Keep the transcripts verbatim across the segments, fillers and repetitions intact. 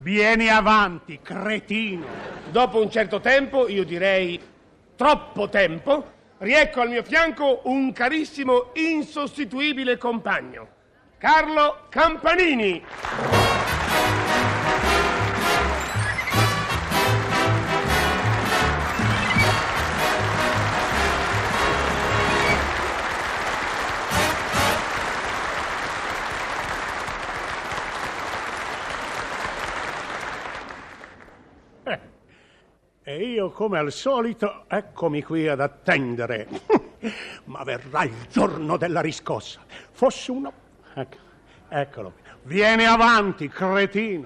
Vieni avanti, cretino. Dopo un certo tempo, io direi troppo tempo, riecco al mio fianco un carissimo, insostituibile compagno, Carlo Campanini. E io, come al solito, eccomi qui ad attendere. Ma verrà il giorno della riscossa. Fosse uno... Ecco, eccolo. Vieni avanti, cretino.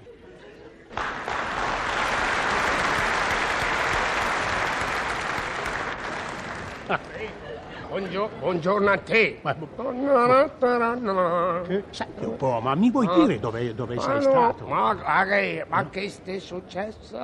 Buongiorno, buongiorno a te. Ma... Senti un po', ma mi vuoi dire dove, dove sei no, stato? Ma, ma, che, ma che è successo?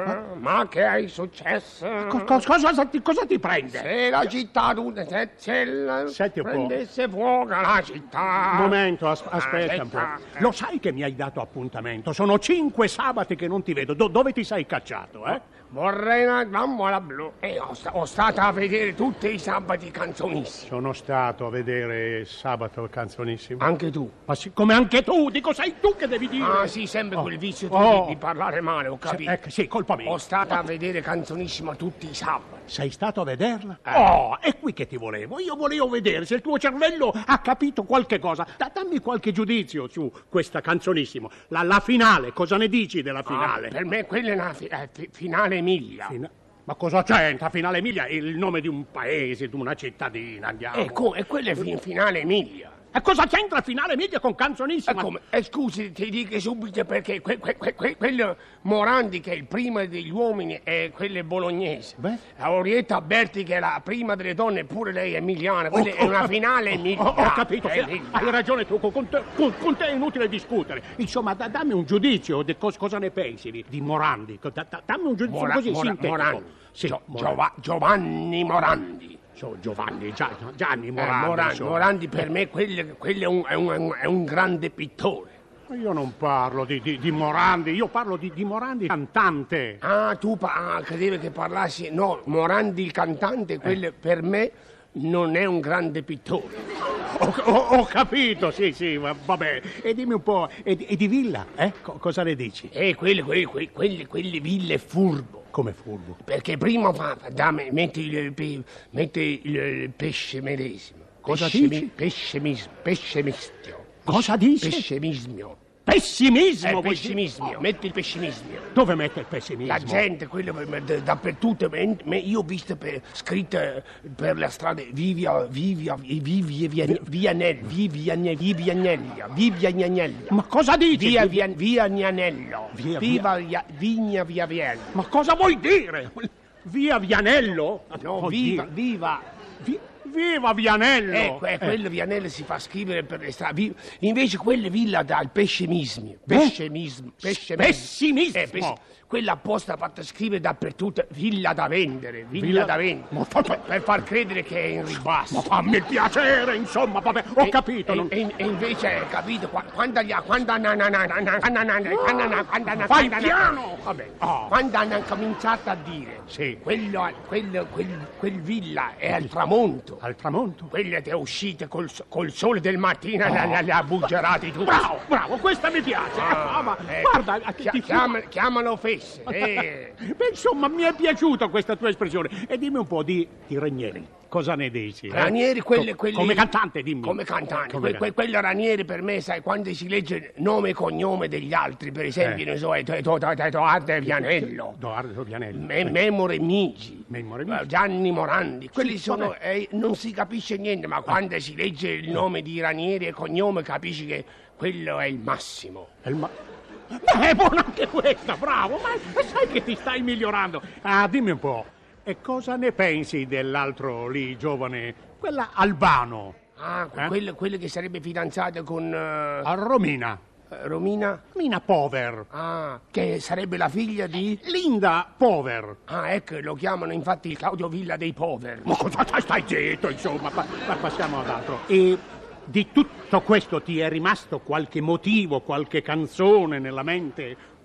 Ma che hai successo? Co- co- cosa, ti, cosa ti prende? Se la città tutta se, se la Senti un po'. prendesse fuoco la città. Un momento, as- aspetta Ah, un po'. aspetta. Lo sai che mi hai dato appuntamento? Sono cinque sabati che non ti vedo. Do- dove ti sei cacciato, eh? Vorrei una bambola blu. E ho, sta- ho stato a vedere tutti i sabati canzonissimi. Sono stato a vedere sabato canzonissimo. Anche tu. Ma sì, come anche tu, dico, sei tu che devi dire. Ah sì, sempre Oh. quel vizio di, Oh. di parlare male, ho capito. Sì, ecco, sì, colpa mia. Ho stato a vedere canzonissima tutti i sabati. Sei stato a vederla? Eh. Oh, è qui che ti volevo. Io volevo vedere se il tuo cervello ha capito qualche cosa. Da- dammi qualche giudizio su questa canzonissimo. La, la finale, cosa ne dici della finale? Ah, per me quella è una fi- eh, fi- finale Emilia. Fina- Ma cosa c'entra? Finale Emilia è il nome di un paese, di una cittadina, andiamo. E co- e quella è fi- finale Emilia. E cosa c'entra Finale Emilia con canzonissima? E come? E scusi, ti dico subito perché que- que- que- que- quello Morandi, che è il primo degli uomini, e quello è bolognese. Beh. La Orietta Berti, che è la prima delle donne, pure lei è emiliana. Quella Oh, è una oh, finale oh, Emilia. Ho, ho capito, È sì, Emilia. hai ragione tu, con te, con, con te è inutile discutere. Insomma, da- dammi un giudizio di cos- cosa ne pensi di, di Morandi. Da- da- dammi un giudizio Mora- così Mora- sintetico. Morandi. Sì, Gio- Morandi. Giova- Giovanni Morandi. So, Giovanni, Gia- Gianni Eh, Morandi. Morandi, insomma. Morandi per me quello, quello è, un, è, un, è un grande pittore. Io non parlo di, di- di Morandi, io parlo di, di Morandi cantante. Ah, tu pa- ah, credevi che parlassi... No, Morandi il cantante, quello per me non è un grande pittore. Ho, ho- ho capito, sì, sì, va- vabbè. E dimmi un po', e, di- e di Villa, eh? Co- cosa ne dici? E quello, quello, quello, quello, quello ville è furbo. Come furbo? Perché prima fa, fa- dammi, metti, il, pe- metti il, il pesce medesimo. Cosa pesce, dici? mi- pesce, mis- pesce mischio. Cosa dici? Pessimismo. Pessimismo! Eh, vuoi dire? pessimismo, metti il pessimismo. Dove mette il pessimismo? La gente, quello per me, d- dappertutto, me- me- io ho visto per, scritte per la strada Vivia, Vivia, Vivia, via, Vianello, Vivia, Vivia, Vivia, Vianello. Ma cosa dici? Via, via, via Gnanello. Via, Viva via, Vigna via Viello. Ma cosa vuoi dire? Via Vianello? No, Oddio. viva, viva. Vi- viva Vianello! Ecco, è Eh, quello Vianello si fa scrivere per le strade. Vi- Invece quella villa dal pessimismo. Pessimismo. Pessimismo. Pessimismo. Eh, pes- quella apposta fatta scrivere dappertutto, villa da vendere, villa, Villa- da vendere. Ma fa- per, per far credere che è in ribasso. Ma fammi il piacere, insomma, vabbè, ho E- capito. E, non- e- e invece, capito, qua- quando gli ha- quando na- na- na- na- na- na- na- na- quando na- quando na- Fai quando na- piano! Vabbè, Oh. quando hanno cominciato a dire Sì. quello, quello, quel, quel villa è al tramonto, Al tramonto? quelle che uscite col, so- col sole del mattino le, le, le ha buggerati tutti. Bravo, bravo, questa mi piace. Ah, ma Eh, guarda, ti- chia- ti- chiama- chiamano fesse. eh. Beh, insomma, mi è piaciuta questa tua espressione. E dimmi un po' di, di Ranieri. Cosa ne dici? eh? Ranieri, quelle, Co- quelli- Come cantante, dimmi. Come cantante. Come Que- que- quello Ranieri per me, sai, quando si legge nome e cognome degli altri, per esempio, Eh. ne so, Edoardo Vianello, Edoardo Vianello. Me- Memore Migi, Memore Migi. eh, Gianni Morandi, quelli Sì, sono, vabbè. eh, non si capisce niente, ma quando si legge il nome di Ranieri e cognome capisci che quello è il massimo. È il ma- Ma è buona anche questa, bravo, ma ma sai che ti stai migliorando. Ah, dimmi un po', e cosa ne pensi dell'altro lì, giovane, quella Albano, Ah, Eh? quello, quello che sarebbe fidanzato con eh, a Romina, Romina? Mina Pover, Ah, che sarebbe la figlia di... Linda Pover. Ah, ecco, lo chiamano infatti il Claudio Villa dei poveri. Ma cosa stai, stai zitto, insomma, pa- ma passiamo ad altro. E di tutto questo ti è rimasto qualche motivo, qualche canzone nella mente?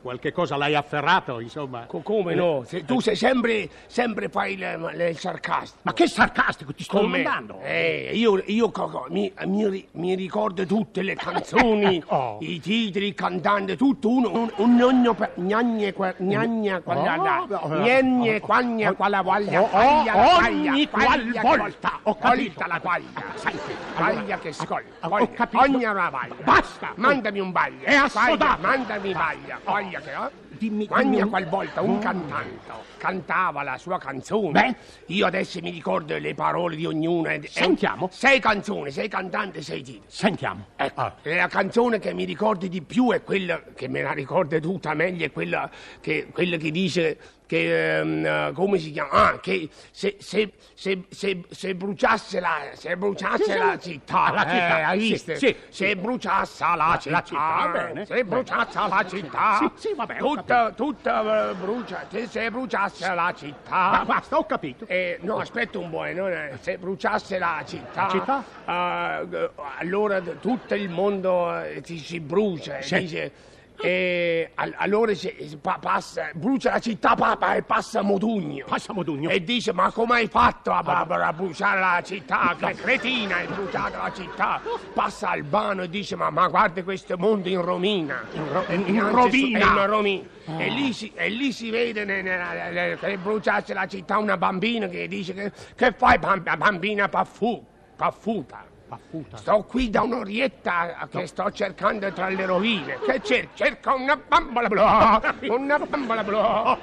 qualche cosa l'hai afferrato, insomma. Co- come no? Se tu sei sempre, sempre fai le, le, il sarcastico. Ma che sarcastico, ti sto Come? domandando. Eh, io, io co- co- mi, mi, mi ricordo tutte le canzoni, Oh. i titoli, il cantante, tutto uno, un, un nonno per gnagna, qua- gnagna, quaglia, Oh, gnagna, quagna, qualla voglia, Oh, quaglia, oh, quaglia, ogni quaglia, qualvolta, ho capito. Volta la quaglia, Senti, quaglia allora, che scoglia, ho quaglia, capito. ogni una vaglia. Basta. Mandami un baglio. È assodato. Quaglia, mandami vaglia, vaglia che ho. Dimmi- Quaglia dimmi un- qualvolta un cantante cantava la sua canzone. Beh. Io adesso mi ricordo le parole di ognuna. e- Sentiamo. Sei canzoni, sei cantante, sei titoli. Sentiamo. Ecco, Ah. la canzone che mi ricordi di più è quella che me la ricorda tutta meglio, è quella che, quella che dice che, ehm, come si chiama? Ah, che se, se, se, se, se bruciasse la, se bruciasse Sì, sì. la città, La città, eh, hai sì, visto? sì, Se bruciasse la città, città, bene, se bene. bruciasse la città, Sì, sì, vabbè, ho tutta, tutta eh, brucia, se, se bruciasse la città. Ma basta, ho capito. Eh, no, aspetta un po', eh, non è- se bruciasse la città, La città? eh, allora d- tutto il mondo eh, si, si brucia, e Sì. dice, e all- allora si, si pa- passa, brucia la città papa, e passa Modugno. Passa Modugno. E dice, ma come hai fatto a, a- a bruciare la città? Che cretina, hai bruciato la città. Passa Albano e dice, ma, ma guarda questo mondo in romina. In ro- E- in anzi, rovina. è in rovina. E, lì si, e lì si vede ne- ne- ne- ne- che bruciasse la città una bambina che dice, che, che fai bamb- bambina paffu, paffuta? Paffuta. Sto qui da un'orietta che sto cercando tra le rovine. Che cerco? Cerco una bambola blu. Una bambola blu.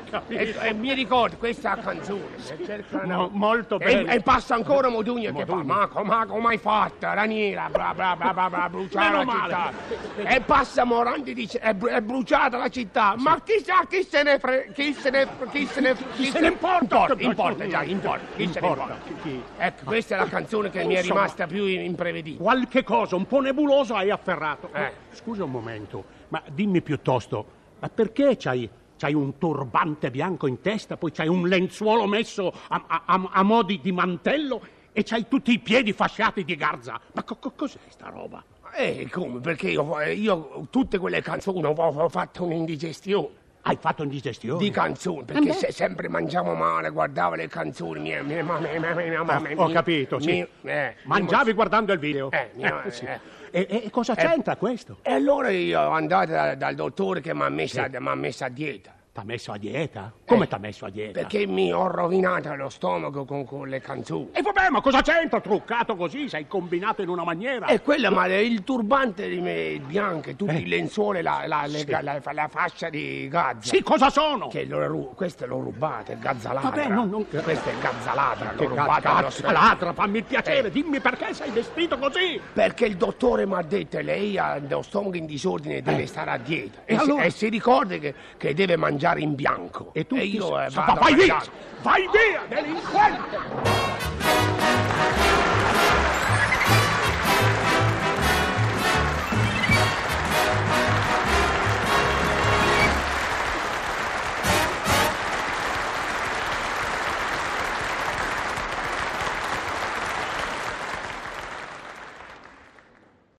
E, e mi ricordo questa canzone. che cerca una- Mo- molto e, bene. e passa ancora Modugno che fa. Modugno. Ma, com- ma come hai fatto, Raniera? Bla bla bla bla bla, bruciare Meno la male. città. E passa Morandi e dice: è, bru- è bruciata la città. Ma chissà chi se ne fre... chi se ne chi se ne chi se ne importa? Importa, importa già, importa. Chi se ne Importa. importa. Chi- chi- Ecco, questa è la canzone che mi è Insomma. rimasta più imprevedibile. Qualche cosa un po' nebuloso hai afferrato. Eh. Scusa un momento, ma dimmi piuttosto, ma perché c'hai, c'hai un turbante bianco in testa, poi c'hai un lenzuolo messo a, a, a, a mo' di, di mantello e c'hai tutti i piedi fasciati di garza? Ma co- co- cos'è sta roba? Eh, come? Perché io, io tutte quelle canzoni ho, ho fatto un'indigestione Hai fatto indigestione? di canzoni, perché Eh beh. se, sempre mangiavo male, guardavo le canzoni mie, mie, mie, mie, mie, mie, Ah, mie- ho mie- capito, sì. mie- eh, Mangiavi guardando il video? Eh, mio- sì. eh. E, e cosa c'entra questo? E allora io sono andato da- dal dottore che mi ha messo, m'ha messo a dieta. T'ha messo a dieta? Come Eh, t'ha messo a dieta? Perché mi ho rovinato lo stomaco con, con le canzoni. E vabbè, ma cosa c'entra? Truccato così, sei combinato in una maniera. E quella, ma il turbante di me bianco, tutti Eh. i lenzuoli, la, la, le- Sì. la- la fascia di gazza. Sì, cosa sono? Che lo, ru- questo l'ho rubato, è gazzaladra. Vabbè, non- non- Questo è gazzaladra, Che l'ho rubato allo cazzo, specchio. ladra, fammi il piacere, Eh. dimmi perché sei vestito così. Perché il dottore mi ha detto, lei ha lo stomaco in disordine, deve Eh. stare a dieta. E E, si- allora? e si ricorda che, che deve mangiare in bianco. E tu ti io eh, sa- vado a vai via, mangiare. vai via, delinquente!